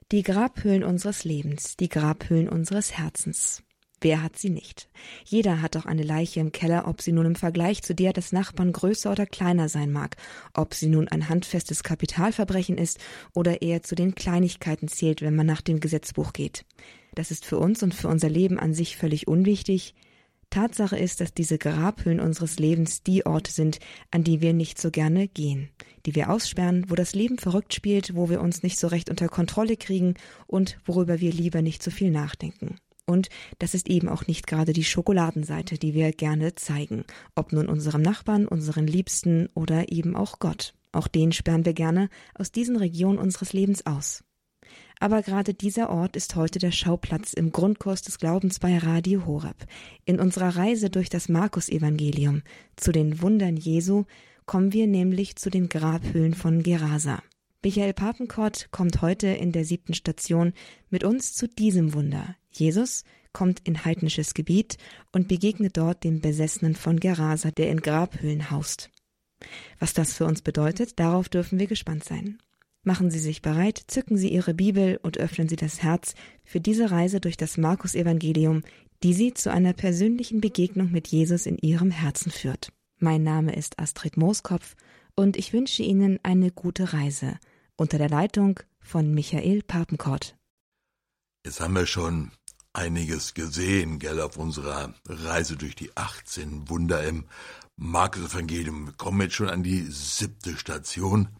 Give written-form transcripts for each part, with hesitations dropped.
Die Grabhöhlen unseres Lebens, die Grabhöhlen unseres Herzens. Wer hat sie nicht? Jeder hat doch eine Leiche im Keller, ob sie nun im Vergleich zu der des Nachbarn größer oder kleiner sein mag, ob sie nun ein handfestes Kapitalverbrechen ist oder eher zu den Kleinigkeiten zählt, wenn man nach dem Gesetzbuch geht. Das ist für uns und für unser Leben an sich völlig unwichtig. Tatsache ist, dass diese Grabhöhlen unseres Lebens die Orte sind, an die wir nicht so gerne gehen, die wir aussperren, wo das Leben verrückt spielt, wo wir uns nicht so recht unter Kontrolle kriegen und worüber wir lieber nicht so viel nachdenken. Und das ist eben auch nicht gerade die Schokoladenseite, die wir gerne zeigen, ob nun unserem Nachbarn, unseren Liebsten oder eben auch Gott. Auch den sperren wir gerne aus diesen Regionen unseres Lebens aus. Aber gerade dieser Ort ist heute der Schauplatz im Grundkurs des Glaubens bei Radio Horeb. In unserer Reise durch das Markus-Evangelium zu den Wundern Jesu kommen wir nämlich zu den Grabhöhlen von Gerasa. Michael Papenkort kommt heute in der 7. Station mit uns zu diesem Wunder. Jesus kommt in heidnisches Gebiet und begegnet dort dem Besessenen von Gerasa, der in Grabhöhlen haust. Was das für uns bedeutet, darauf dürfen wir gespannt sein. Machen Sie sich bereit, zücken Sie Ihre Bibel und öffnen Sie das Herz für diese Reise durch das Markus-Evangelium, die Sie zu einer persönlichen Begegnung mit Jesus in Ihrem Herzen führt. Mein Name ist Astrid Mooskopf und ich wünsche Ihnen eine gute Reise unter der Leitung von Michael Papenkort. Jetzt haben wir schon einiges gesehen, gell, auf unserer Reise durch die 18 Wunder im Markus-Evangelium. Wir kommen jetzt schon an die 7. Station.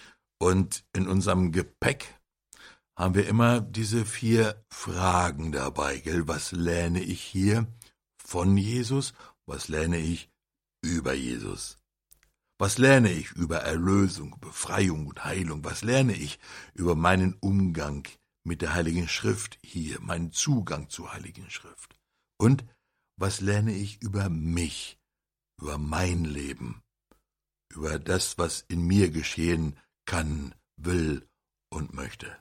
Und in unserem Gepäck haben wir immer diese 4 Fragen dabei, gell? Was lerne ich hier von Jesus? Was lerne ich über Jesus? Was lerne ich über Erlösung, Befreiung und Heilung? Was lerne ich über meinen Umgang mit der Heiligen Schrift hier, meinen Zugang zur Heiligen Schrift? Und was lerne ich über mich, über mein Leben, über das, was in mir geschehen kann, will und möchte?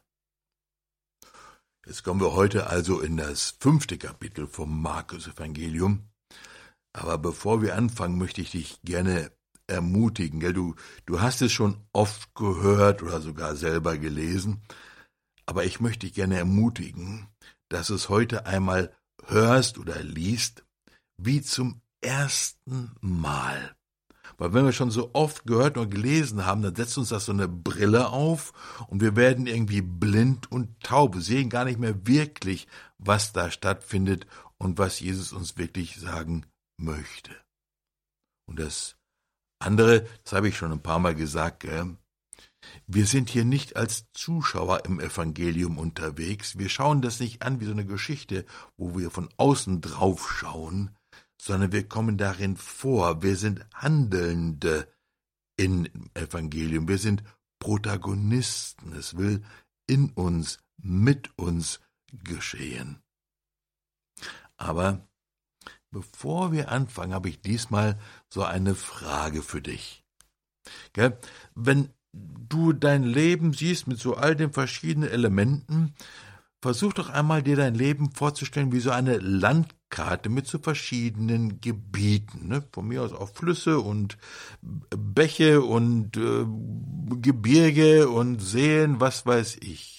Jetzt kommen wir heute also in das 5. Kapitel vom Markus-Evangelium. Aber bevor wir anfangen, möchte ich dich gerne ermutigen. Gell? Du hast es schon oft gehört oder sogar selber gelesen, aber ich möchte dich gerne ermutigen, dass du es heute einmal hörst oder liest, wie zum ersten Mal. Weil wenn wir schon so oft gehört und gelesen haben, dann setzt uns das so eine Brille auf und wir werden irgendwie blind und taub, sehen gar nicht mehr wirklich, was da stattfindet und was Jesus uns wirklich sagen möchte. Und das andere, das habe ich schon ein paar Mal gesagt, wir sind hier nicht als Zuschauer im Evangelium unterwegs. Wir schauen das nicht an wie so eine Geschichte, wo wir von außen drauf schauen, sondern wir kommen darin vor. Wir sind Handelnde im Evangelium. Wir sind Protagonisten. Es will in uns, mit uns geschehen. Aber bevor wir anfangen, habe ich diesmal so eine Frage für dich. Gell? Wenn du dein Leben siehst mit so all den verschiedenen Elementen, versuch doch einmal, dir dein Leben vorzustellen wie so eine Landkarte mit so verschiedenen Gebieten. Ne? Von mir aus auch Flüsse und Bäche und Gebirge und Seen, was weiß ich.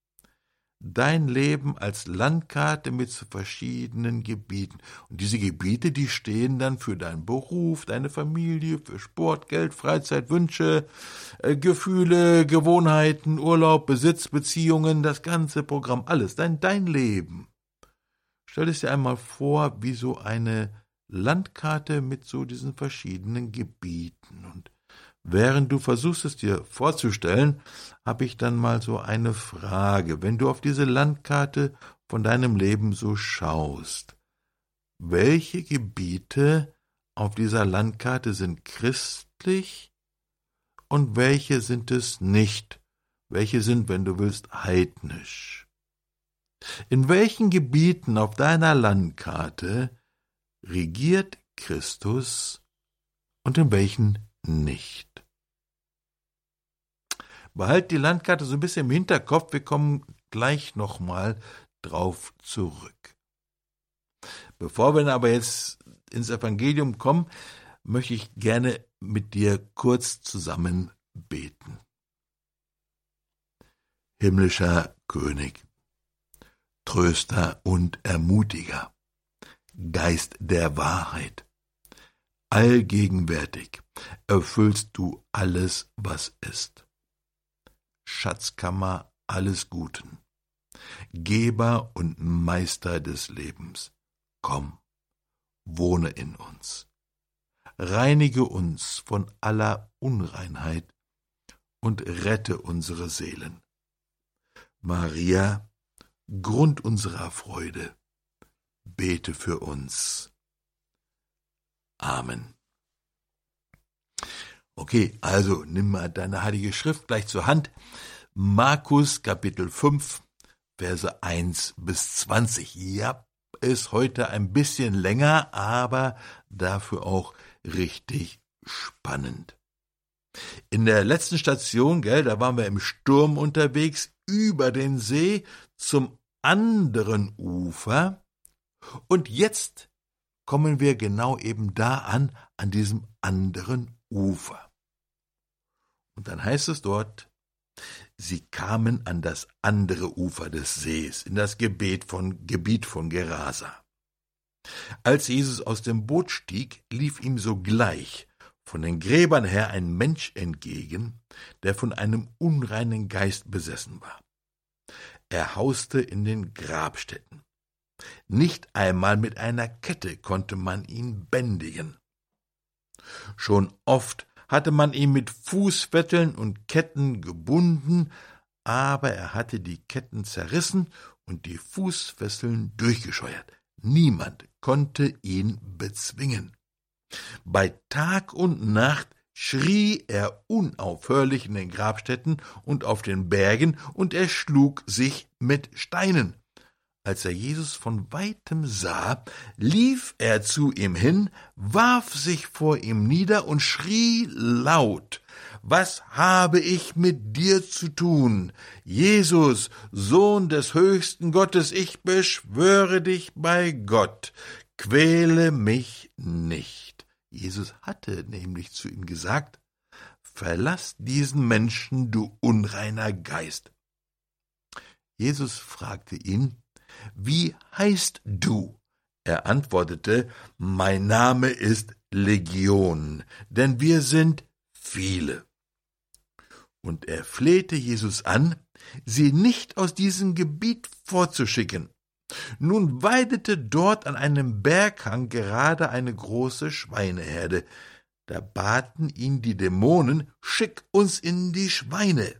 Dein Leben als Landkarte mit so verschiedenen Gebieten. Und diese Gebiete, die stehen dann für deinen Beruf, deine Familie, für Sport, Geld, Freizeit, Wünsche, Gefühle, Gewohnheiten, Urlaub, Besitz, Beziehungen, das ganze Programm, alles, dein Leben. Stell es dir einmal vor, wie so eine Landkarte mit so diesen verschiedenen Gebieten. Und während du versuchst, es dir vorzustellen, habe ich dann mal so eine Frage. Wenn du auf diese Landkarte von deinem Leben so schaust, welche Gebiete auf dieser Landkarte sind christlich und welche sind es nicht? Welche sind, wenn du willst, heidnisch? In welchen Gebieten auf deiner Landkarte regiert Christus und in welchen nicht? Behalt die Landkarte so ein bisschen im Hinterkopf, wir kommen gleich nochmal drauf zurück. Bevor wir aber jetzt ins Evangelium kommen, möchte ich gerne mit dir kurz zusammen beten. himmlischer König, Tröster und Ermutiger, Geist der Wahrheit, allgegenwärtig erfüllst du alles, was ist. Schatzkammer alles Guten, Geber und Meister des Lebens, komm, wohne in uns, reinige uns von aller Unreinheit und rette unsere Seelen. Maria, Grund unserer Freude, bete für uns. Amen. Okay, also nimm mal deine heilige Schrift gleich zur Hand. Markus Kapitel 5, Verse 1 bis 20. Ja, ist heute ein bisschen länger, aber dafür auch richtig spannend. In der letzten Station, da waren wir im Sturm unterwegs, über den See zum anderen Ufer. Und jetzt kommen wir genau eben da an diesem anderen Ufer. Und dann heißt es dort, sie kamen an das andere Ufer des Sees, in das Gebiet von Gerasa. Als Jesus aus dem Boot stieg, lief ihm sogleich von den Gräbern her ein Mensch entgegen, der von einem unreinen Geist besessen war. Er hauste in den Grabstätten. Nicht einmal mit einer Kette konnte man ihn bändigen. Schon oft hatte man ihn mit Fußfesseln und Ketten gebunden, aber er hatte die Ketten zerrissen und die Fußfesseln durchgescheuert. Niemand konnte ihn bezwingen. Bei Tag und Nacht schrie er unaufhörlich in den Grabstätten und auf den Bergen, und er schlug sich mit Steinen. Als er Jesus von weitem sah, lief er zu ihm hin, warf sich vor ihm nieder und schrie laut: Was habe ich mit dir zu tun? Jesus, Sohn des höchsten Gottes, ich beschwöre dich bei Gott, quäle mich nicht. Jesus hatte nämlich zu ihm gesagt: Verlass diesen Menschen, du unreiner Geist. Jesus fragte ihn: Wie heißt du? Er antwortete: Mein Name ist Legion, denn wir sind viele. Und er flehte Jesus an, sie nicht aus diesem Gebiet vorzuschicken. Nun weidete dort an einem Berghang gerade eine große Schweineherde. Da baten ihn die Dämonen: Schick uns in die Schweine.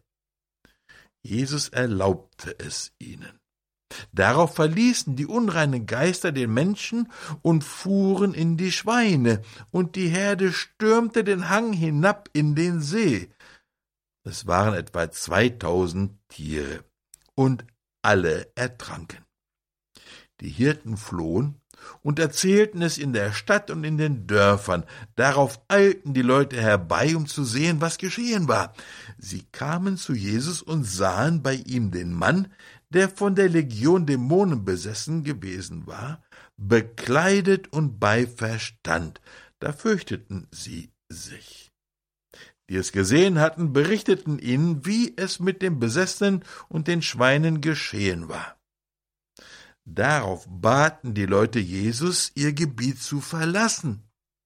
Jesus erlaubte es ihnen. Darauf verließen die unreinen Geister den Menschen und fuhren in die Schweine, und die Herde stürmte den Hang hinab in den See. Es waren etwa 2000 Tiere, und alle ertranken. Die Hirten flohen und erzählten es in der Stadt und in den Dörfern. Darauf eilten die Leute herbei, um zu sehen, was geschehen war. Sie kamen zu Jesus und sahen bei ihm den Mann, der von der Legion Dämonen besessen gewesen war, bekleidet und bei Verstand. Da fürchteten sie sich. Die es gesehen hatten, berichteten ihnen, wie es mit dem Besessenen und den Schweinen geschehen war. Darauf baten die Leute Jesus, ihr Gebiet zu verlassen.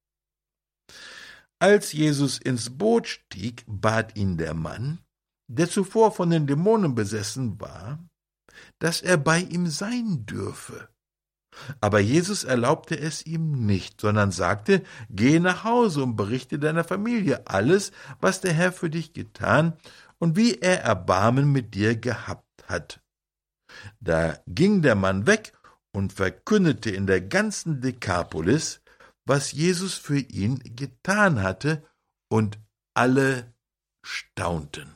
Als Jesus ins Boot stieg, bat ihn der Mann, der zuvor von den Dämonen besessen war, dass er bei ihm sein dürfe. Aber Jesus erlaubte es ihm nicht, sondern sagte: Geh nach Hause und berichte deiner Familie alles, was der Herr für dich getan und wie er Erbarmen mit dir gehabt hat. Da ging der Mann weg und verkündete in der ganzen Dekapolis, was Jesus für ihn getan hatte, und alle staunten.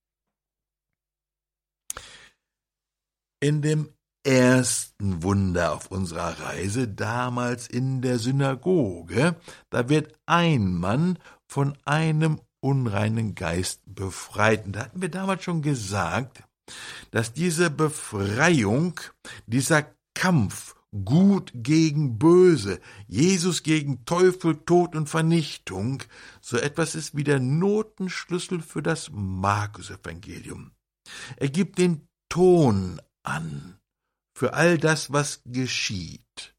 In dem ersten Wunder auf unserer Reise, damals in der Synagoge, da wird ein Mann von einem unreinen Geist befreit. Und da hatten wir damals schon gesagt, dass diese Befreiung, dieser Kampf Gut gegen Böse, Jesus gegen Teufel, Tod und Vernichtung, so etwas ist wie der Notenschlüssel für das Markus-Evangelium. Er gibt den Ton an für all das, was geschieht.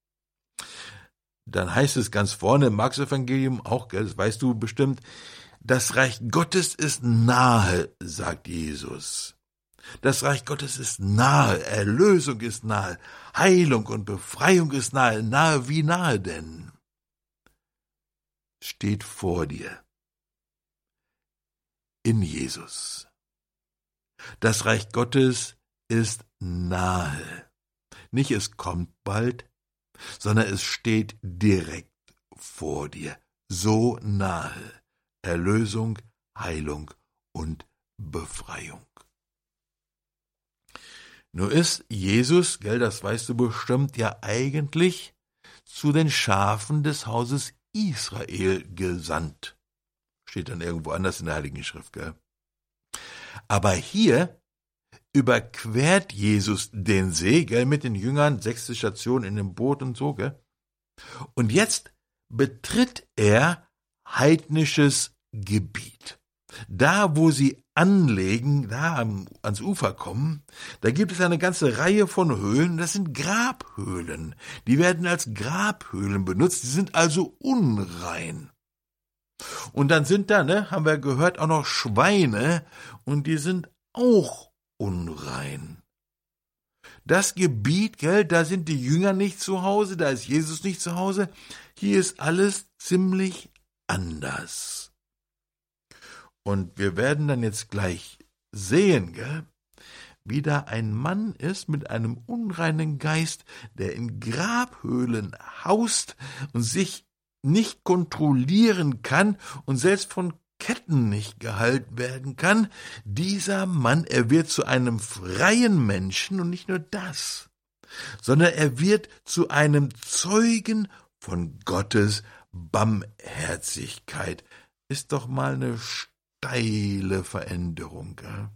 Dann heißt es ganz vorne im Markus-Evangelium, auch, das weißt du bestimmt, das Reich Gottes ist nahe, sagt Jesus. Das Reich Gottes ist nahe, Erlösung ist nahe, Heilung und Befreiung ist nahe. Nahe, wie nahe denn? Steht vor dir. In Jesus. Das Reich Gottes ist nahe. Nicht es kommt bald, sondern es steht direkt vor dir. So nahe. Erlösung, Heilung und Befreiung. Nur ist Jesus, das weißt du bestimmt, ja eigentlich zu den Schafen des Hauses Israel gesandt. Steht dann irgendwo anders in der Heiligen Schrift, gell? Aber hier überquert Jesus den See, mit den Jüngern, 6. Station in dem Boot und so, gell? Und jetzt betritt er heidnisches Gebiet. Da, wo sie anlegen, da ans Ufer kommen, da gibt es eine ganze Reihe von Höhlen, das sind Grabhöhlen. Die werden als Grabhöhlen benutzt, die sind also unrein. Und dann sind da, haben wir gehört, auch noch Schweine, und die sind auch unrein. Das Gebiet, da sind die Jünger nicht zu Hause, da ist Jesus nicht zu Hause, hier ist alles ziemlich anders. Und wir werden dann jetzt gleich sehen, wie da ein Mann ist mit einem unreinen Geist, der in Grabhöhlen haust und sich nicht kontrollieren kann und selbst von Ketten nicht gehalten werden kann. Dieser Mann, er wird zu einem freien Menschen, und nicht nur das, sondern er wird zu einem Zeugen von Gottes Barmherzigkeit. Ist doch mal eine steile Veränderung.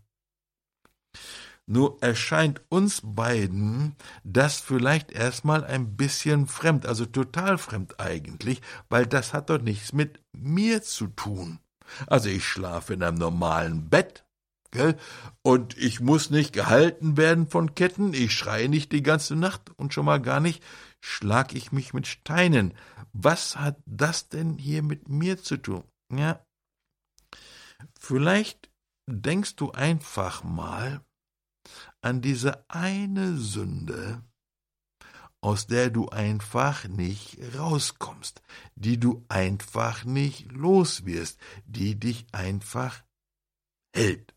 Nur erscheint uns beiden das vielleicht erstmal ein bisschen fremd, also total fremd eigentlich, weil das hat doch nichts mit mir zu tun. Also ich schlafe in einem normalen Bett, und ich muss nicht gehalten werden von Ketten, ich schreie nicht die ganze Nacht und schon mal gar nicht schlag ich mich mit Steinen. Was hat das denn hier mit mir zu tun? Ja, vielleicht denkst du einfach mal an diese eine Sünde, aus der du einfach nicht rauskommst, die du einfach nicht los wirst, die dich einfach hält.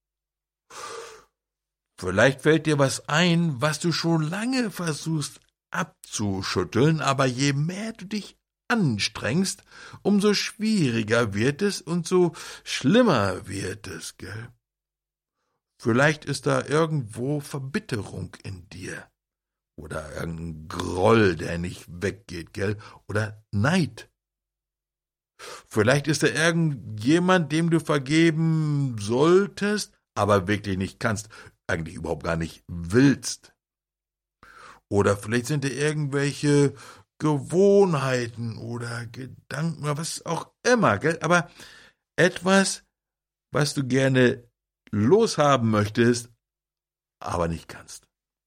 Vielleicht fällt dir was ein, was du schon lange versuchst abzuschütteln, aber je mehr du dich anstrengst, umso schwieriger wird es und so schlimmer wird es, Vielleicht ist da irgendwo Verbitterung in dir. Oder irgendein Groll, der nicht weggeht, Oder Neid. Vielleicht ist da irgendjemand, dem du vergeben solltest, aber wirklich nicht kannst, eigentlich überhaupt gar nicht willst. Oder vielleicht sind da irgendwelche Gewohnheiten oder Gedanken oder was auch immer, aber etwas, was du gerne loshaben möchtest, aber nicht kannst.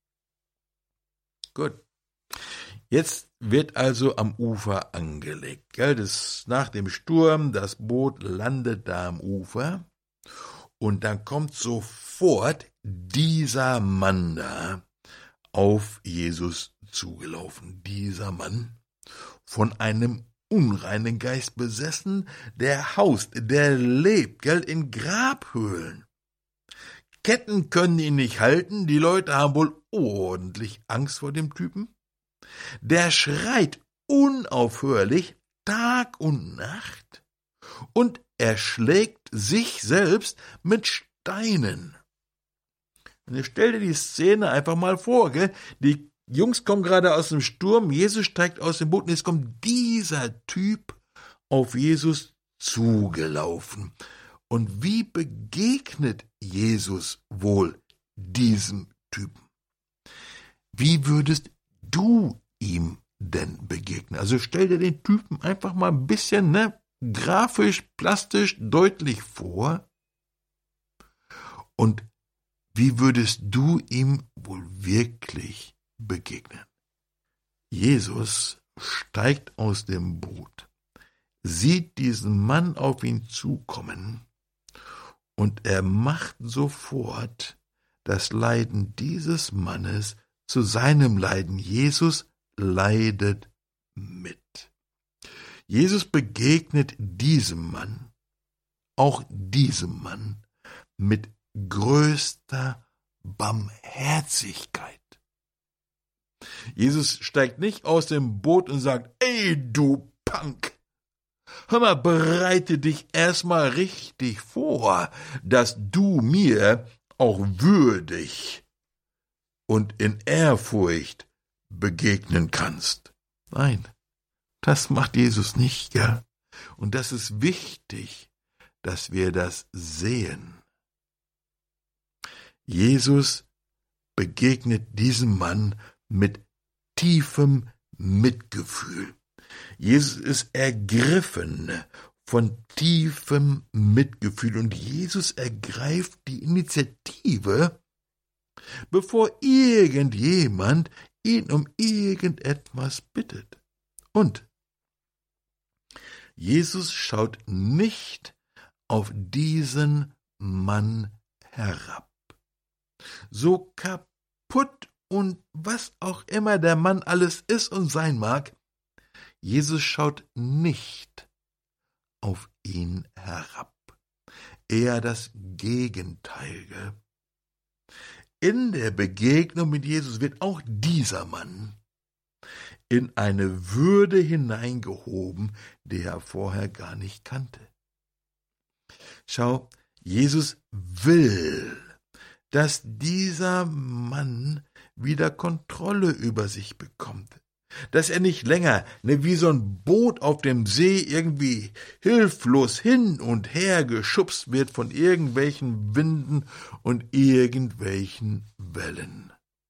Gut. Jetzt wird also am Ufer angelegt. Nach dem Sturm, das Boot landet da am Ufer und dann kommt sofort dieser Mann da auf Jesus zugelaufen. Dieser Mann, von einem unreinen Geist besessen, der haust, der lebt, in Grabhöhlen. Ketten können ihn nicht halten, die Leute haben wohl ordentlich Angst vor dem Typen. Der schreit unaufhörlich Tag und Nacht und er schlägt sich selbst mit Steinen. Und jetzt stell dir die Szene einfach mal vor, Die Jungs kommen gerade aus dem Sturm, Jesus steigt aus dem Boot und jetzt kommt dieser Typ auf Jesus zugelaufen. Und wie begegnet Jesus wohl diesem Typen? Wie würdest du ihm denn begegnen? Also stell dir den Typen einfach mal ein bisschen grafisch, plastisch, deutlich vor und Wie würdest du ihm wohl wirklich begegnen? Jesus steigt aus dem Boot, sieht diesen Mann auf ihn zukommen und er macht sofort das Leiden dieses Mannes zu seinem Leiden. Jesus leidet mit. Jesus begegnet diesem Mann, auch diesem Mann, mit größter Barmherzigkeit. Jesus steigt nicht aus dem Boot und sagt, ey du Punk, hör mal, bereite dich erstmal richtig vor, dass du mir auch würdig und in Ehrfurcht begegnen kannst. Nein, das macht Jesus nicht, gell? Und das ist wichtig, dass wir das sehen. Jesus begegnet diesem Mann mit tiefem Mitgefühl. Jesus ist ergriffen von tiefem Mitgefühl und Jesus ergreift die Initiative, bevor irgendjemand ihn um irgendetwas bittet. Und Jesus schaut nicht auf diesen Mann herab. So kaputt und was auch immer der Mann alles ist und sein mag, Jesus schaut nicht auf ihn herab. Eher das Gegenteil. In der Begegnung mit Jesus wird auch dieser Mann in eine Würde hineingehoben, die er vorher gar nicht kannte. Schau, Jesus will, dass dieser Mann wieder Kontrolle über sich bekommt. Dass er nicht länger wie so ein Boot auf dem See irgendwie hilflos hin und her geschubst wird von irgendwelchen Winden und irgendwelchen Wellen.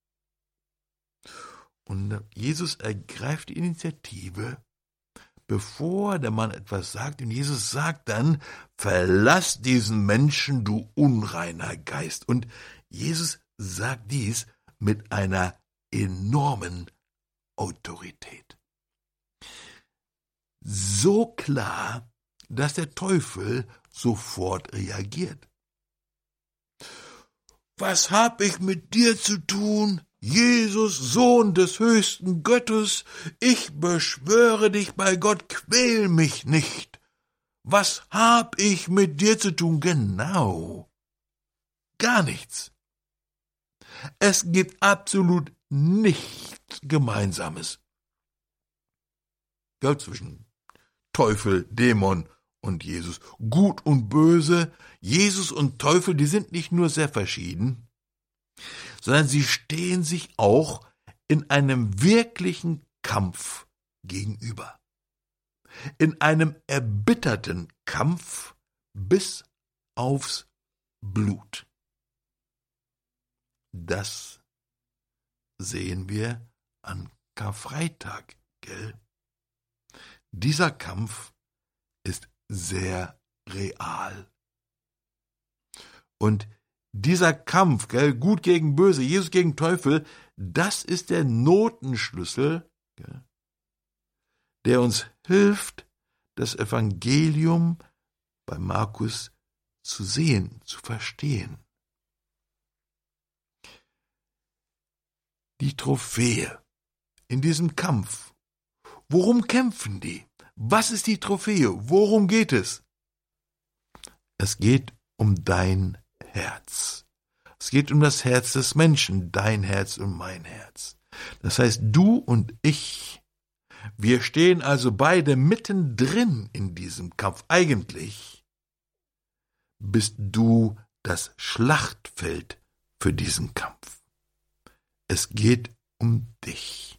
Und Jesus ergreift die Initiative, bevor der Mann etwas sagt, und Jesus sagt dann, verlass diesen Menschen, du unreiner Geist. Und Jesus sagt dies mit einer enormen Autorität. So klar, dass der Teufel sofort reagiert. Was hab ich mit dir zu tun, Jesus, Sohn des höchsten Gottes? Ich beschwöre dich bei Gott, quäl mich nicht. Was hab ich mit dir zu tun? Genau. Gar nichts. Es gibt absolut nichts Gemeinsames. Ja, zwischen Teufel, Dämon und Jesus. Gut und böse, Jesus und Teufel, die sind nicht nur sehr verschieden, sondern sie stehen sich auch in einem wirklichen Kampf gegenüber. In einem erbitterten Kampf bis aufs Blut. Das sehen wir an Karfreitag, gell? Dieser Kampf ist sehr real. Und dieser Kampf, gell, Gut gegen Böse, Jesus gegen Teufel, das ist der Notenschlüssel, gell, der uns hilft, das Evangelium bei Markus zu sehen, zu verstehen. Die Trophäe in diesem Kampf. Worum kämpfen die? Was ist die Trophäe? Worum geht es? Es geht um dein Herz. Es geht um das Herz des Menschen, dein Herz und mein Herz. Das heißt, du und ich, wir stehen also beide mittendrin in diesem Kampf. Eigentlich bist du das Schlachtfeld für diesen Kampf. Es geht um dich.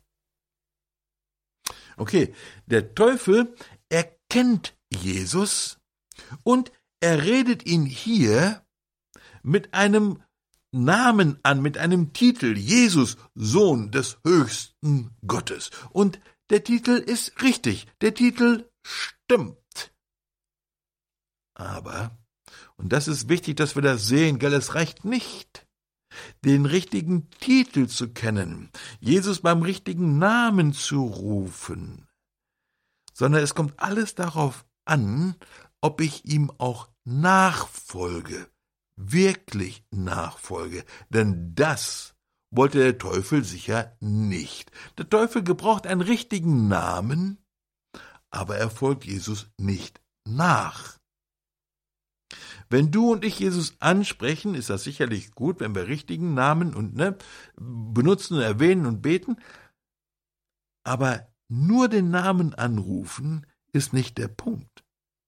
Okay, der Teufel erkennt Jesus und er redet ihn hier mit einem Namen an, mit einem Titel, Jesus, Sohn des höchsten Gottes. Und der Titel ist richtig, der Titel stimmt. Aber, und das ist wichtig, dass wir das sehen, gell, es reicht nicht, den richtigen Titel zu kennen, Jesus beim richtigen Namen zu rufen, sondern es kommt alles darauf an, ob ich ihm auch nachfolge, wirklich nachfolge, denn das wollte der Teufel sicher nicht. Der Teufel gebraucht einen richtigen Namen, aber er folgt Jesus nicht nach. Wenn du und ich Jesus ansprechen, ist das sicherlich gut, wenn wir richtigen Namen und benutzen, erwähnen und beten, aber nur den Namen anrufen ist nicht der Punkt.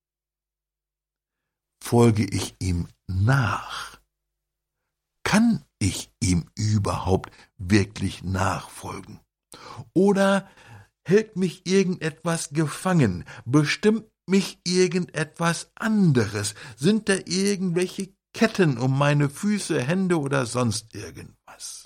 Folge ich ihm nach? Kann ich ihm überhaupt wirklich nachfolgen? Oder hält mich irgendetwas gefangen? Bestimmt mich irgendetwas anderes? Sind da irgendwelche Ketten um meine Füße, Hände oder sonst irgendwas?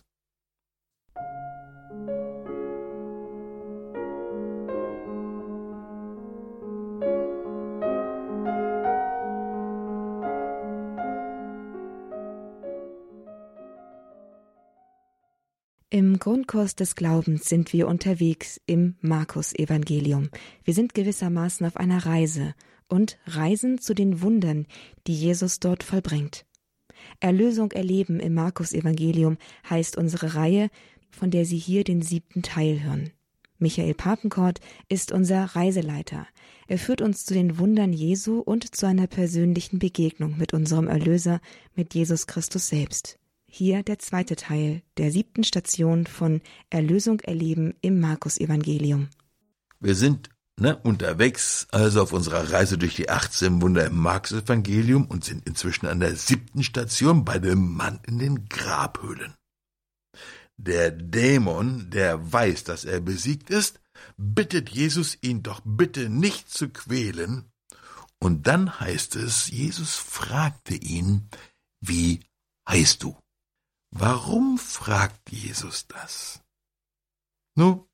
Im Grundkurs des Glaubens sind wir unterwegs im Markus-Evangelium. Wir sind gewissermaßen auf einer Reise und reisen zu den Wundern, die Jesus dort vollbringt. Erlösung erleben im Markus-Evangelium heißt unsere Reihe, von der Sie hier den 7. Teil hören. Michael Papenkort ist unser Reiseleiter. Er führt uns zu den Wundern Jesu und zu einer persönlichen Begegnung mit unserem Erlöser, mit Jesus Christus selbst. Hier der 2. Teil der 7. Station von Erlösung erleben im Markus-Evangelium. Wir sind unterwegs, also auf unserer Reise durch die 18 Wunder im Markus-Evangelium und sind inzwischen an der 7. Station bei dem Mann in den Grabhöhlen. Der Dämon, der weiß, dass er besiegt ist, bittet Jesus, ihn doch bitte nicht zu quälen. Und dann heißt es, Jesus fragte ihn, wie heißt du? Warum fragt Jesus das? Nun,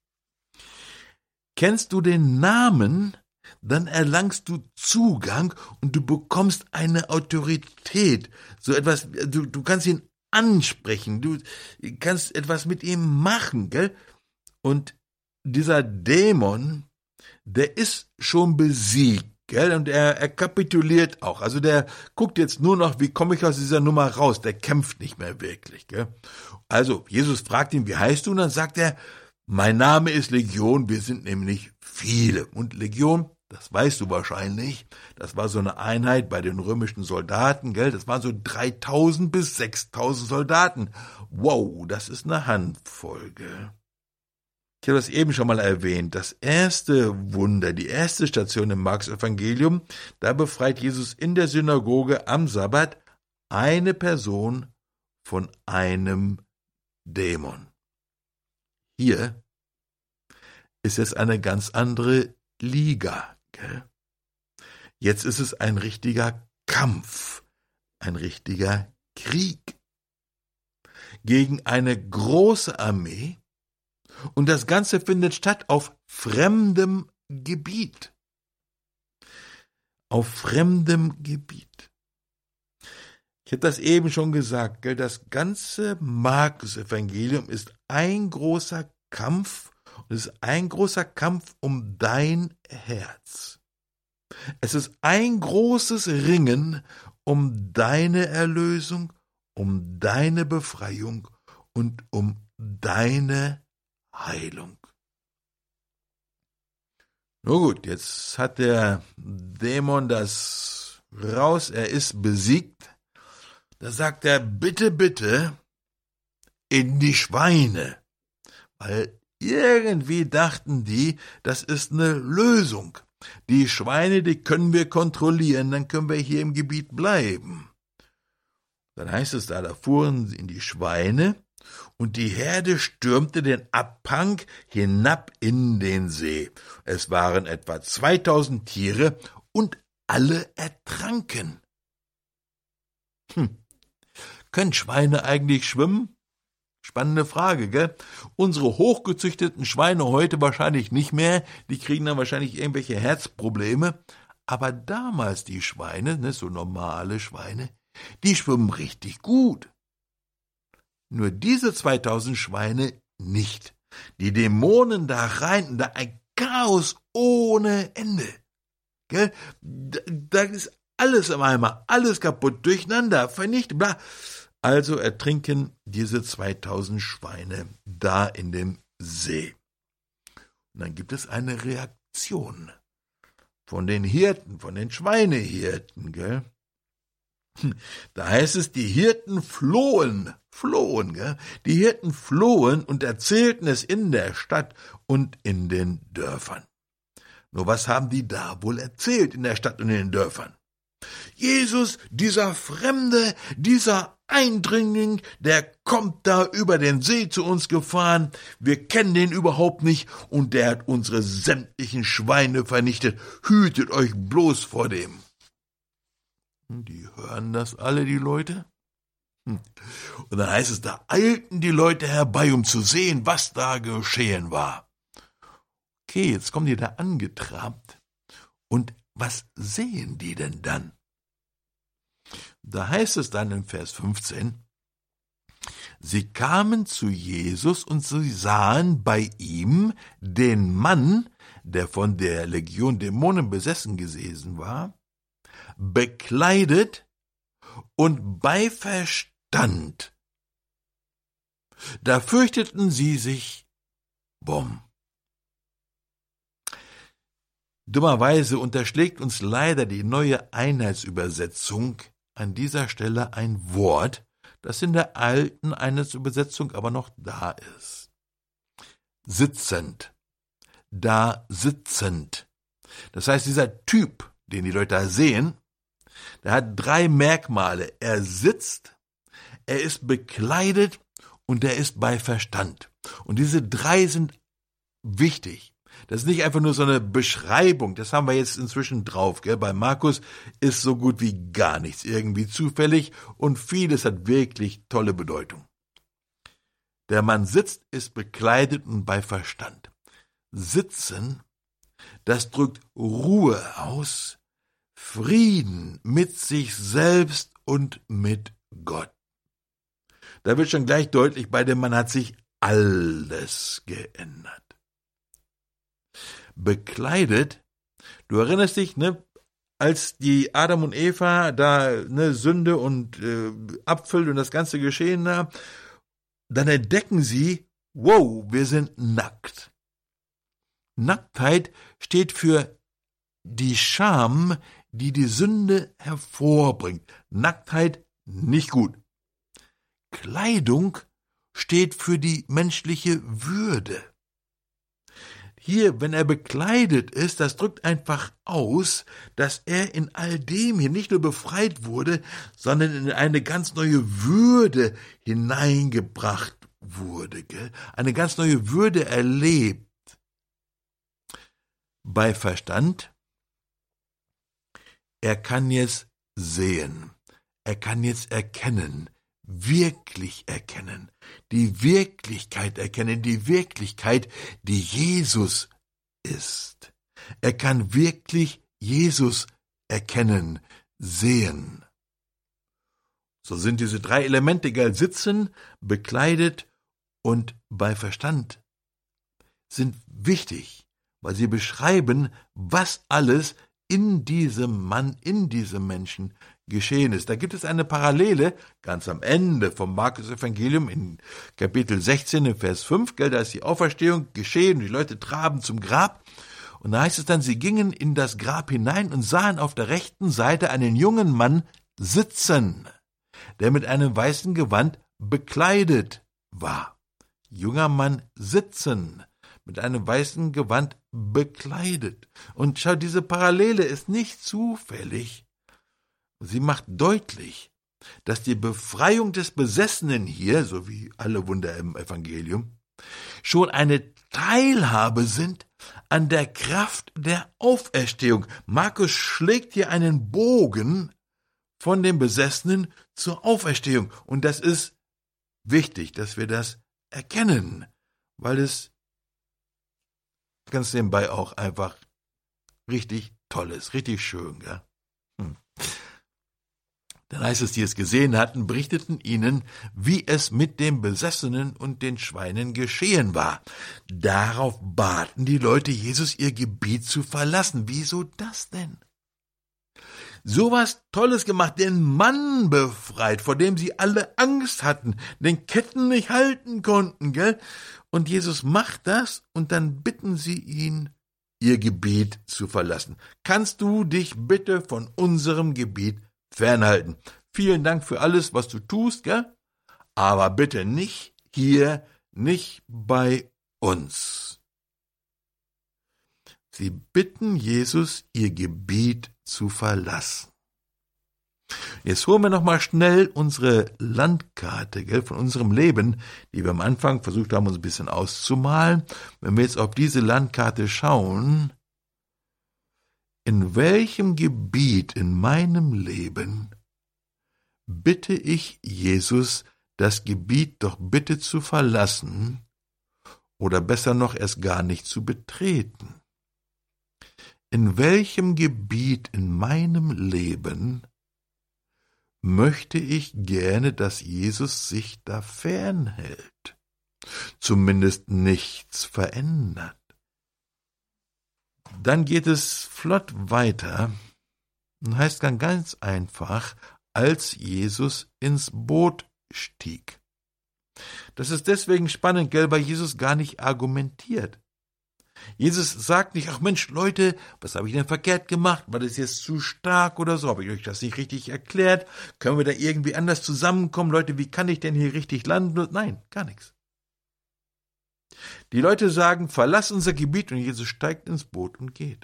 kennst du den Namen, dann erlangst du Zugang und du bekommst eine Autorität. So etwas, du kannst ihn ansprechen, du kannst etwas mit ihm machen, gell? Und dieser Dämon, der ist schon besiegt. Gell? Und er kapituliert auch. Also der guckt jetzt nur noch, wie komme ich aus dieser Nummer raus? Der kämpft nicht mehr wirklich. Gell? Also Jesus fragt ihn, wie heißt du? Und dann sagt er, mein Name ist Legion, wir sind nämlich viele. Und Legion, das weißt du wahrscheinlich, das war so eine Einheit bei den römischen Soldaten. Gell? Das waren so 3.000 bis 6.000 Soldaten. Wow, das ist eine Handvoll. Gell? Ich habe das eben schon mal erwähnt, das erste Wunder, die erste Station im Markus-Evangelium, da befreit Jesus in der Synagoge am Sabbat eine Person von einem Dämon. Hier ist es eine ganz andere Liga. Gell? Jetzt ist es ein richtiger Kampf, ein richtiger Krieg gegen eine große Armee. Und das Ganze findet statt auf fremdem Gebiet. Auf fremdem Gebiet. Ich habe das eben schon gesagt, gell? Das ganze Markus-Evangelium ist ein großer Kampf. Und es ist ein großer Kampf um dein Herz. Es ist ein großes Ringen um deine Erlösung, um deine Befreiung und um deine Heilung. Nur gut, jetzt hat der Dämon das raus, er ist besiegt. Da sagt er, bitte, bitte, in die Schweine. Weil irgendwie dachten die, das ist eine Lösung. Die Schweine, die können wir kontrollieren, dann können wir hier im Gebiet bleiben. Dann heißt es da fuhren sie in die Schweine, und die Herde stürmte den Abhang hinab in den See. Es waren etwa 2.000 Tiere und alle ertranken. Können Schweine eigentlich schwimmen? Spannende Frage, gell? Unsere hochgezüchteten Schweine heute wahrscheinlich nicht mehr, die kriegen dann wahrscheinlich irgendwelche Herzprobleme. Aber damals die Schweine, so normale Schweine, die schwimmen richtig gut. Nur diese 2000 Schweine nicht. Die Dämonen da rein, da ein Chaos ohne Ende. Gell? Da ist alles im Eimer, alles kaputt, durcheinander, vernichtet, bla. Also ertrinken diese 2000 Schweine da in dem See. Und dann gibt es eine Reaktion von den Hirten, von den Schweinehirten, gell? Da heißt es, die Hirten flohen, gell? Die Hirten flohen und erzählten es in der Stadt und in den Dörfern. Nur was haben die da wohl erzählt in der Stadt und in den Dörfern? Jesus, dieser Fremde, dieser Eindringling, der kommt da über den See zu uns gefahren, wir kennen den überhaupt nicht und der hat unsere sämtlichen Schweine vernichtet, hütet euch bloß vor dem. Die hören das alle, die Leute? Und dann heißt es, da eilten die Leute herbei, um zu sehen, was da geschehen war. Okay, jetzt kommen die da angetrabt. Und was sehen die denn dann? Da heißt es dann in Vers 15, sie kamen zu Jesus und sie sahen bei ihm den Mann, der von der Legion Dämonen besessen gewesen war, bekleidet und bei Verstand. Da fürchteten sie sich, Dummerweise unterschlägt uns leider die neue Einheitsübersetzung an dieser Stelle ein Wort, das in der alten Einheitsübersetzung aber noch da ist. Sitzend. Da sitzend. Das heißt, dieser Typ, den die Leute da sehen, der hat 3 Merkmale. Er sitzt, er ist bekleidet und er ist bei Verstand. Und diese 3 sind wichtig. Das ist nicht einfach nur so eine Beschreibung, das haben wir jetzt inzwischen drauf. Gell? Bei Markus ist so gut wie gar nichts irgendwie zufällig und vieles hat wirklich tolle Bedeutung. Der Mann sitzt, ist bekleidet und bei Verstand. Sitzen, das drückt Ruhe aus, Frieden mit sich selbst und mit Gott. Da wird schon gleich deutlich, bei dem Mann hat sich alles geändert. Bekleidet, du erinnerst dich, ne, als die Adam und Eva da Sünde und Apfel und das ganze Geschehen da, dann entdecken sie, wow, wir sind nackt. Nacktheit steht für die Scham, die die Sünde hervorbringt. Nacktheit nicht gut. Kleidung steht für die menschliche Würde. Hier, wenn er bekleidet ist, das drückt einfach aus, dass er in all dem hier nicht nur befreit wurde, sondern in eine ganz neue Würde hineingebracht wurde, gell? Eine ganz neue Würde erlebt. Bei Verstand, er kann jetzt sehen, er kann jetzt erkennen, wirklich erkennen, die Wirklichkeit erkennen, die Wirklichkeit, die Jesus ist. Er kann wirklich Jesus erkennen, sehen. So sind diese 3 Elemente, gell, sitzen, bekleidet und bei Verstand, sind wichtig, weil sie beschreiben, was alles in diesem Mann, in diesem Menschen geschehen ist. Da gibt es eine Parallele, ganz am Ende vom Markus-Evangelium in Kapitel 16, in Vers 5, gell, da ist die Auferstehung geschehen, die Leute traben zum Grab und da heißt es dann, sie gingen in das Grab hinein und sahen auf der rechten Seite einen jungen Mann sitzen, der mit einem weißen Gewand bekleidet war. Junger Mann sitzen, mit einem weißen Gewand bekleidet. Und schau, diese Parallele ist nicht zufällig. Sie macht deutlich, dass die Befreiung des Besessenen hier, so wie alle Wunder im Evangelium, schon eine Teilhabe sind an der Kraft der Auferstehung. Markus schlägt hier einen Bogen von dem Besessenen zur Auferstehung. Und das ist wichtig, dass wir das erkennen, weil es ganz nebenbei auch einfach richtig toll ist, richtig schön. Gell? Dann heißt es, die es gesehen hatten, berichteten ihnen, wie es mit dem Besessenen und den Schweinen geschehen war. Darauf baten die Leute Jesus, ihr Gebiet zu verlassen. Wieso das denn? So was Tolles gemacht, den Mann befreit, vor dem sie alle Angst hatten, den Ketten nicht halten konnten, gell? Und Jesus macht das und dann bitten sie ihn, ihr Gebiet zu verlassen. Kannst du dich bitte von unserem Gebiet fernhalten? Vielen Dank für alles, was du tust, gell? Aber bitte nicht hier, nicht bei uns. Sie bitten Jesus, ihr Gebiet zu verlassen. Jetzt holen wir noch mal schnell unsere Landkarte, gell, von unserem Leben, die wir am Anfang versucht haben, uns ein bisschen auszumalen. Wenn wir jetzt auf diese Landkarte schauen, in welchem Gebiet in meinem Leben bitte ich Jesus, das Gebiet doch bitte zu verlassen oder besser noch es gar nicht zu betreten? In welchem Gebiet in meinem Leben möchte ich gerne, dass Jesus sich da fernhält, zumindest nichts verändert? Dann geht es flott weiter und heißt ganz einfach, als Jesus ins Boot stieg. Das ist deswegen spannend, gell, weil Jesus gar nicht argumentiert. Jesus sagt nicht, ach Mensch, Leute, was habe ich denn verkehrt gemacht? War das jetzt zu stark oder so? Habe ich euch das nicht richtig erklärt? Können wir da irgendwie anders zusammenkommen? Leute, wie kann ich denn hier richtig landen? Nein, gar nichts. Die Leute sagen, verlass unser Gebiet, und Jesus steigt ins Boot und geht.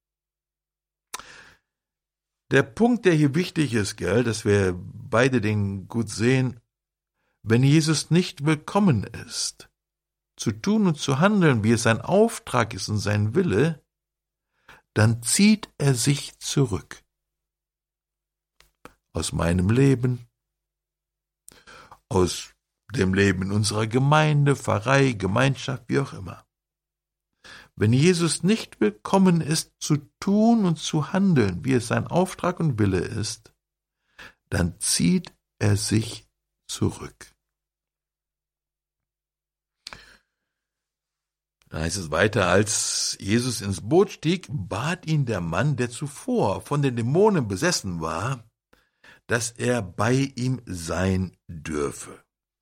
Der Punkt, der hier wichtig ist, gell, dass wir beide den gut sehen, wenn Jesus nicht willkommen ist, zu tun und zu handeln, wie es sein Auftrag ist und sein Wille, dann zieht er sich zurück. Aus meinem Leben, aus dem Leben in unserer Gemeinde, Pfarrei, Gemeinschaft, wie auch immer. Wenn Jesus nicht willkommen ist, zu tun und zu handeln, wie es sein Auftrag und Wille ist, dann zieht er sich zurück. Da heißt es weiter, als Jesus ins Boot stieg, bat ihn der Mann, der zuvor von den Dämonen besessen war, dass er bei ihm sein dürfe.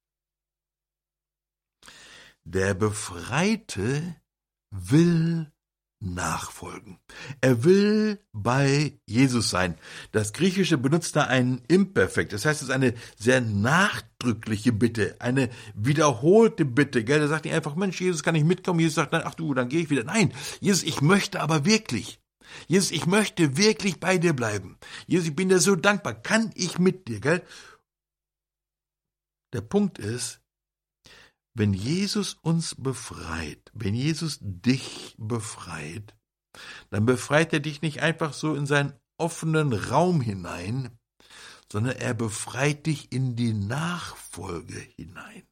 Der Befreite will nachfolgen. Er will bei Jesus sein. Das Griechische benutzt da einen Imperfekt. Das heißt, es ist eine sehr nachdrückliche Bitte, eine wiederholte Bitte. Gell? Da sagt er einfach, Mensch, Jesus, kann ich mitkommen? Jesus sagt dann, ach du, dann gehe ich wieder. Nein, Jesus, ich möchte aber wirklich. Jesus, ich möchte wirklich bei dir bleiben. Jesus, ich bin dir so dankbar. Kann ich mit dir? Gell? Der Punkt ist, wenn Jesus uns befreit, wenn Jesus dich befreit, dann befreit er dich nicht einfach so in seinen offenen Raum hinein, sondern er befreit dich in die Nachfolge hinein.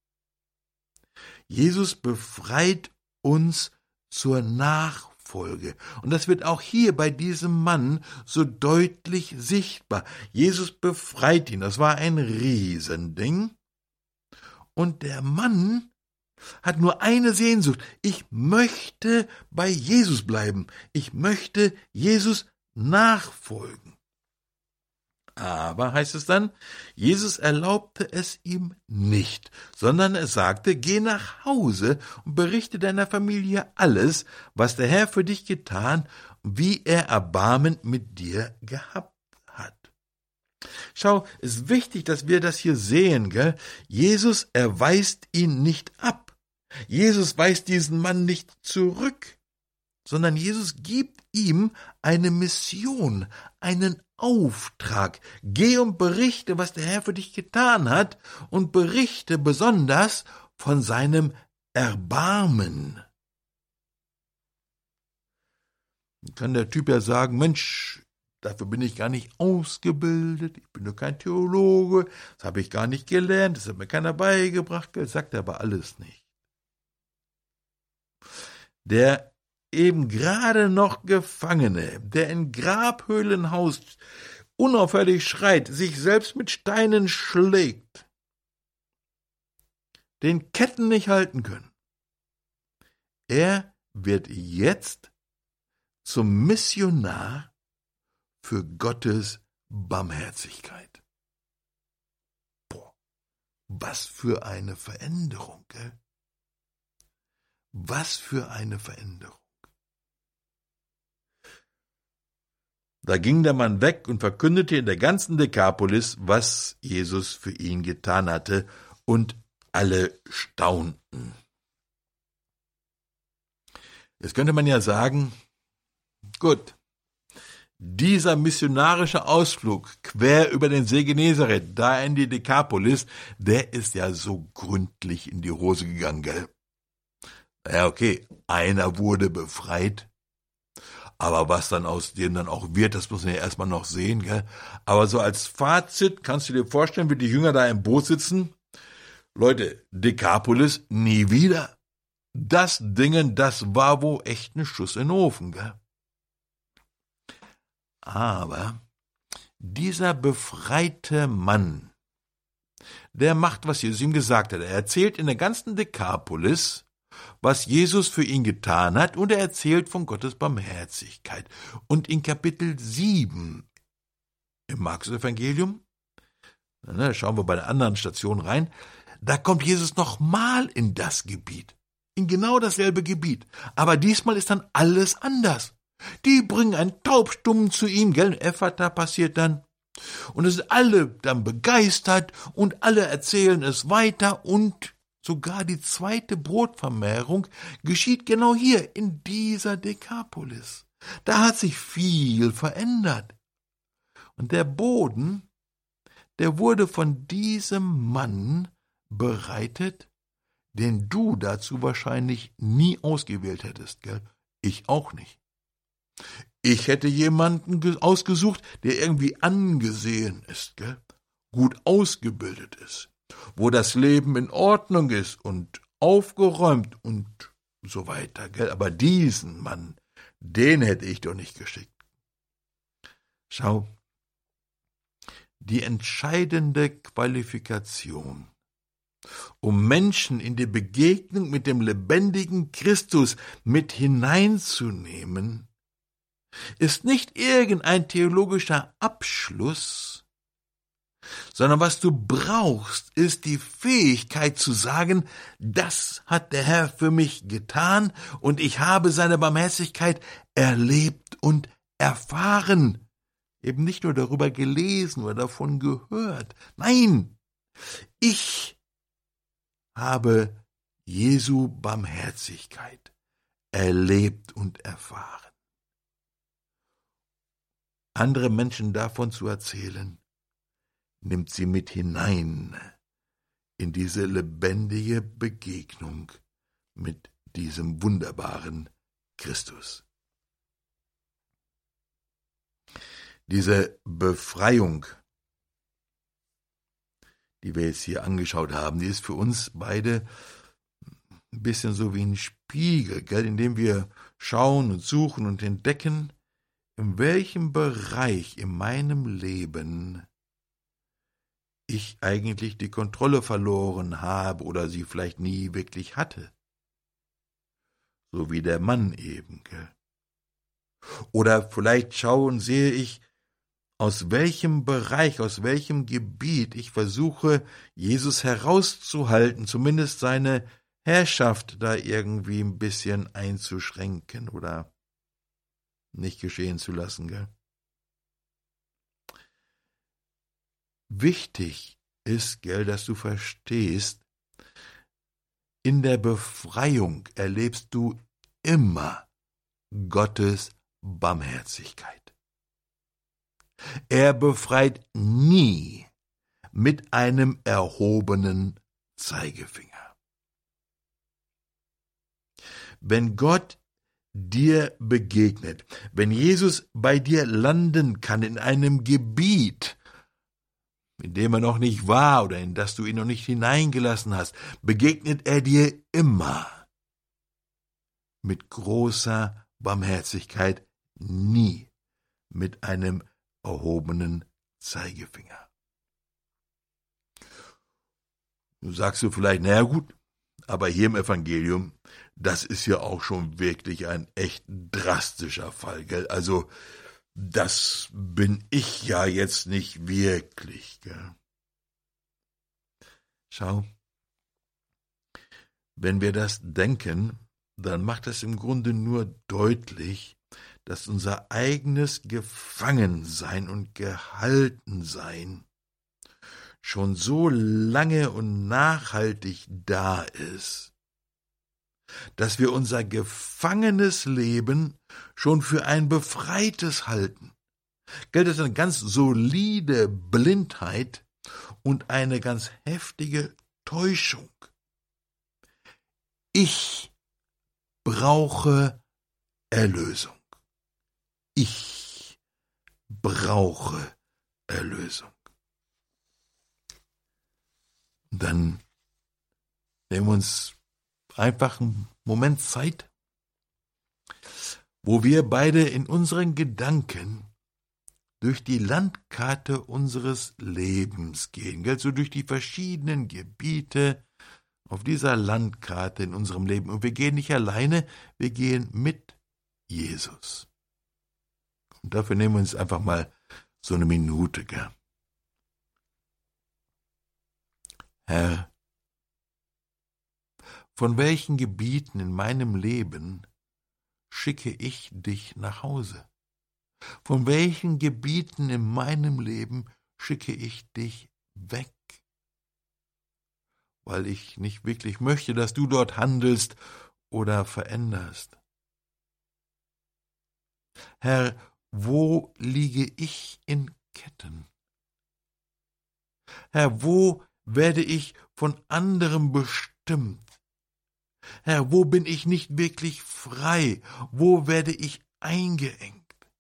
Jesus befreit uns zur Nachfolge. Und das wird auch hier bei diesem Mann so deutlich sichtbar. Jesus befreit ihn. Das war ein Riesending. Und der Mann hat nur eine Sehnsucht. Ich möchte bei Jesus bleiben. Ich möchte Jesus nachfolgen. Aber, heißt es dann, Jesus erlaubte es ihm nicht, sondern er sagte, geh nach Hause und berichte deiner Familie alles, was der Herr für dich getan und wie er Erbarmen mit dir gehabt hat. Schau, es ist wichtig, dass wir das hier sehen, gell? Jesus erweist ihn nicht ab. Jesus weist diesen Mann nicht zurück, sondern Jesus gibt ihm eine Mission, einen Auftrag. Geh und berichte, was der Herr für dich getan hat, und berichte besonders von seinem Erbarmen. Dann kann der Typ ja sagen, Mensch, dafür bin ich gar nicht ausgebildet, ich bin nur kein Theologe, das habe ich gar nicht gelernt, das hat mir keiner beigebracht, das sagt er aber alles nicht. Der eben gerade noch Gefangene, der in Grabhöhlen haust, unaufhörlich schreit, sich selbst mit Steinen schlägt, den Ketten nicht halten können. Er wird jetzt zum Missionar für Gottes Barmherzigkeit. Boah, was für eine Veränderung, gell? Was für eine Veränderung. Da ging der Mann weg und verkündete in der ganzen Dekapolis, was Jesus für ihn getan hatte, und alle staunten. Jetzt könnte man ja sagen, gut, dieser missionarische Ausflug quer über den See Genezareth, da in die Dekapolis, der ist ja so gründlich in die Hose gegangen, gell? Ja, okay, einer wurde befreit, aber was dann aus dem dann auch wird, das muss man ja erstmal noch sehen, gell? Aber so als Fazit kannst du dir vorstellen, wie die Jünger da im Boot sitzen. Leute, Dekapolis, nie wieder. Das Dingen, das war wohl echt ein Schuss in den Ofen, gell? Aber dieser befreite Mann, der macht, was Jesus ihm gesagt hat. Er erzählt in der ganzen Dekapolis, was Jesus für ihn getan hat, und er erzählt von Gottes Barmherzigkeit. Und in Kapitel 7 im Markus-Evangelium, schauen wir bei der anderen Station rein, da kommt Jesus nochmal in das Gebiet, in genau dasselbe Gebiet. Aber diesmal ist dann alles anders. Die bringen einen Taubstummen zu ihm, gell, Ephata passiert dann. Und es sind alle dann begeistert und alle erzählen es weiter, und sogar die zweite Brotvermehrung geschieht genau hier in dieser Dekapolis. Da hat sich viel verändert. Und der Boden, der wurde von diesem Mann bereitet, den du dazu wahrscheinlich nie ausgewählt hättest, gell? Ich auch nicht. Ich hätte jemanden ausgesucht, der irgendwie angesehen ist, gell? Gut ausgebildet ist, wo das Leben in Ordnung ist und aufgeräumt und so weiter, gell? Aber diesen Mann, den hätte ich doch nicht geschickt. Schau, die entscheidende Qualifikation, um Menschen in die Begegnung mit dem lebendigen Christus mit hineinzunehmen, ist nicht irgendein theologischer Abschluss, sondern was du brauchst, ist die Fähigkeit zu sagen, das hat der Herr für mich getan und ich habe seine Barmherzigkeit erlebt und erfahren. Eben nicht nur darüber gelesen oder davon gehört. Nein, ich habe Jesu Barmherzigkeit erlebt und erfahren. Andere Menschen davon zu erzählen, nimmt sie mit hinein in diese lebendige Begegnung mit diesem wunderbaren Christus. Diese Befreiung, die wir jetzt hier angeschaut haben, die ist für uns beide ein bisschen so wie ein Spiegel, gell, in dem wir schauen und suchen und entdecken, in welchem Bereich in meinem Leben ich eigentlich die Kontrolle verloren habe oder sie vielleicht nie wirklich hatte. So wie der Mann eben, gell? Oder vielleicht sehe ich, aus welchem Bereich, aus welchem Gebiet ich versuche, Jesus herauszuhalten, zumindest seine Herrschaft da irgendwie ein bisschen einzuschränken oder nicht geschehen zu lassen, gell? Wichtig ist, gell, dass du verstehst, in der Befreiung erlebst du immer Gottes Barmherzigkeit. Er befreit nie mit einem erhobenen Zeigefinger. Wenn Gott dir begegnet, wenn Jesus bei dir landen kann in einem Gebiet, in dem er noch nicht war oder in das du ihn noch nicht hineingelassen hast, begegnet er dir immer mit großer Barmherzigkeit, nie mit einem erhobenen Zeigefinger. Du sagst du vielleicht, naja gut, aber hier im Evangelium, das ist ja auch schon wirklich ein echt drastischer Fall, gell? Also, das bin ich ja jetzt nicht wirklich, gell? Schau, wenn wir das denken, dann macht es im Grunde nur deutlich, dass unser eigenes Gefangensein und Gehaltensein schon so lange und nachhaltig da ist, dass wir unser gefangenes Leben schon für ein befreites halten. Gell, das ist eine ganz solide Blindheit und eine ganz heftige Täuschung. Ich brauche Erlösung. Ich brauche Erlösung. Dann nehmen wir uns einfach einen Moment Zeit, wo wir beide in unseren Gedanken durch die Landkarte unseres Lebens gehen, so durch die verschiedenen Gebiete auf dieser Landkarte in unserem Leben. Und wir gehen nicht alleine, wir gehen mit Jesus. Und dafür nehmen wir uns einfach mal so eine Minute, gell? Herr, von welchen Gebieten in meinem Leben schicke ich dich nach Hause? Von welchen Gebieten in meinem Leben schicke ich dich weg? Weil ich nicht wirklich möchte, dass du dort handelst oder veränderst. Herr, wo liege ich in Ketten? Herr, wo werde ich von anderem bestimmt? Herr, wo bin ich nicht wirklich frei? Wo werde ich eingeengt?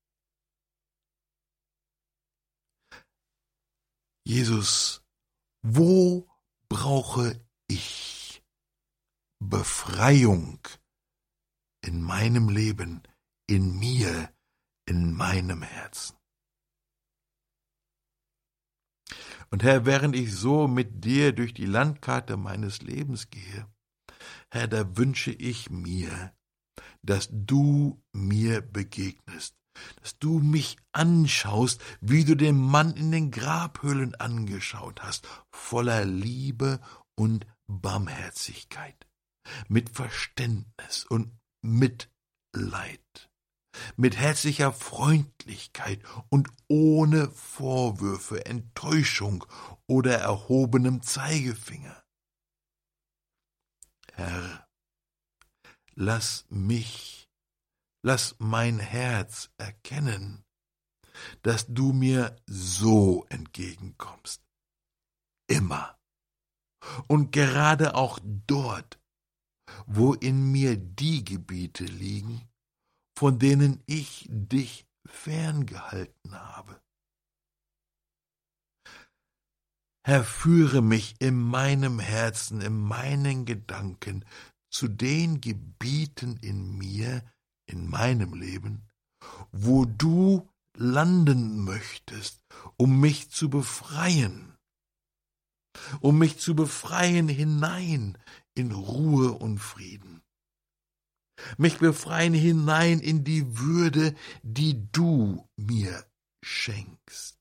Jesus, wo brauche ich Befreiung in meinem Leben, in mir, in meinem Herzen? Und Herr, während ich so mit dir durch die Landkarte meines Lebens gehe, Herr, da wünsche ich mir, dass du mir begegnest, dass du mich anschaust, wie du den Mann in den Grabhöhlen angeschaut hast, voller Liebe und Barmherzigkeit, mit Verständnis und Mitleid, mit herzlicher Freundlichkeit und ohne Vorwürfe, Enttäuschung oder erhobenem Zeigefinger. Herr, lass mein Herz erkennen, dass du mir so entgegenkommst. Immer. Und gerade auch dort, wo in mir die Gebiete liegen, von denen ich dich ferngehalten habe. Herr, führe mich in meinem Herzen, in meinen Gedanken zu den Gebieten in mir, in meinem Leben, wo du landen möchtest, um mich zu befreien hinein in Ruhe und Frieden. Mich befreien hinein in die Würde, die du mir schenkst.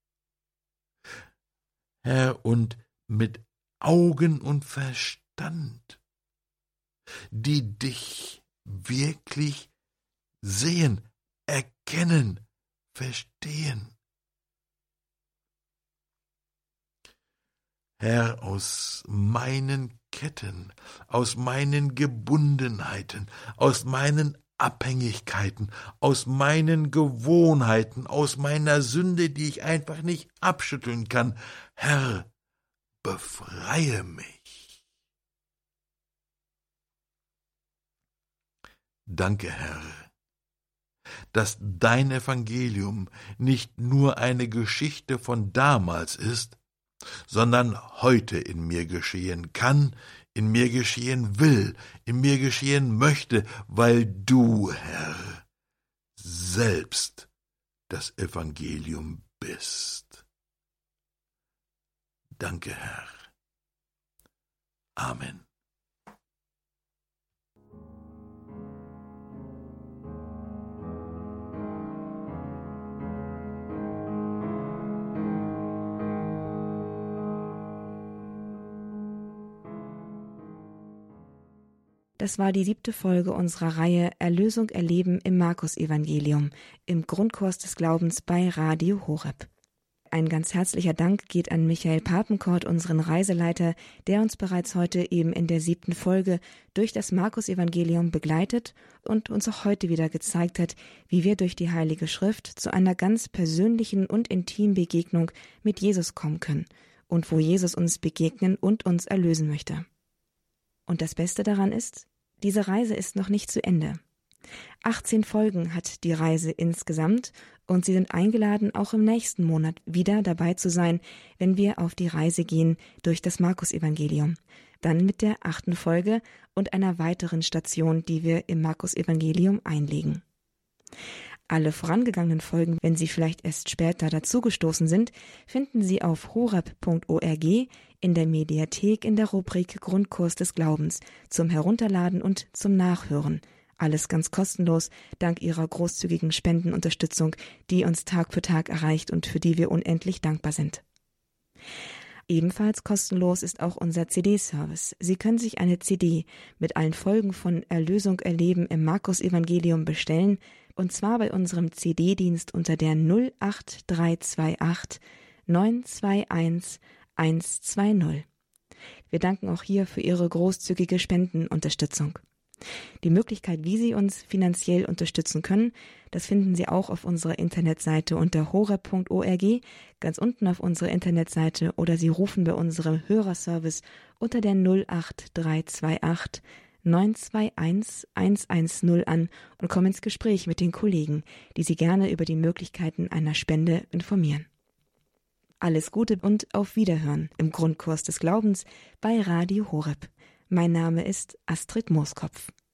Herr, und mit Augen und Verstand, die dich wirklich sehen, erkennen, verstehen. Herr, aus meinen Ketten, aus meinen Gebundenheiten, aus meinen Abhängigkeiten, aus meinen Gewohnheiten, aus meiner Sünde, die ich einfach nicht abschütteln kann. Herr, befreie mich. Danke, Herr, dass dein Evangelium nicht nur eine Geschichte von damals ist, sondern heute in mir geschehen kann, in mir geschehen will, in mir geschehen möchte, weil du, Herr, selbst das Evangelium bist. Danke, Herr. Amen. Das war die 7. Folge unserer Reihe Erlösung erleben im Markus-Evangelium im Grundkurs des Glaubens bei Radio Horeb. Ein ganz herzlicher Dank geht an Michael Papenkort, unseren Reiseleiter, der uns bereits heute eben in der 7. Folge durch das Markus-Evangelium begleitet und uns auch heute wieder gezeigt hat, wie wir durch die Heilige Schrift zu einer ganz persönlichen und intimen Begegnung mit Jesus kommen können und wo Jesus uns begegnen und uns erlösen möchte. Und das Beste daran ist, diese Reise ist noch nicht zu Ende. 18 Folgen hat die Reise insgesamt und Sie sind eingeladen, auch im nächsten Monat wieder dabei zu sein, wenn wir auf die Reise gehen durch das Markus-Evangelium. Dann mit der 8. Folge und einer weiteren Station, die wir im Markus-Evangelium einlegen. Alle vorangegangenen Folgen, wenn Sie vielleicht erst später dazugestoßen sind, finden Sie auf horeb.org in der Mediathek in der Rubrik Grundkurs des Glaubens zum Herunterladen und zum Nachhören. Alles ganz kostenlos, dank Ihrer großzügigen Spendenunterstützung, die uns Tag für Tag erreicht und für die wir unendlich dankbar sind. Ebenfalls kostenlos ist auch unser CD-Service. Sie können sich eine CD mit allen Folgen von Erlösung erleben im Markus-Evangelium bestellen, und zwar bei unserem CD-Dienst unter der 08328 921 120. Wir danken auch hier für Ihre großzügige Spendenunterstützung. Die Möglichkeit, wie Sie uns finanziell unterstützen können, das finden Sie auch auf unserer Internetseite unter horeb.org, ganz unten auf unserer Internetseite, oder Sie rufen bei unserem Hörerservice unter der 08328 921 110 an und kommen ins Gespräch mit den Kollegen, die Sie gerne über die Möglichkeiten einer Spende informieren. Alles Gute und auf Wiederhören im Grundkurs des Glaubens bei Radio Horeb. Mein Name ist Astrid Mooskopf.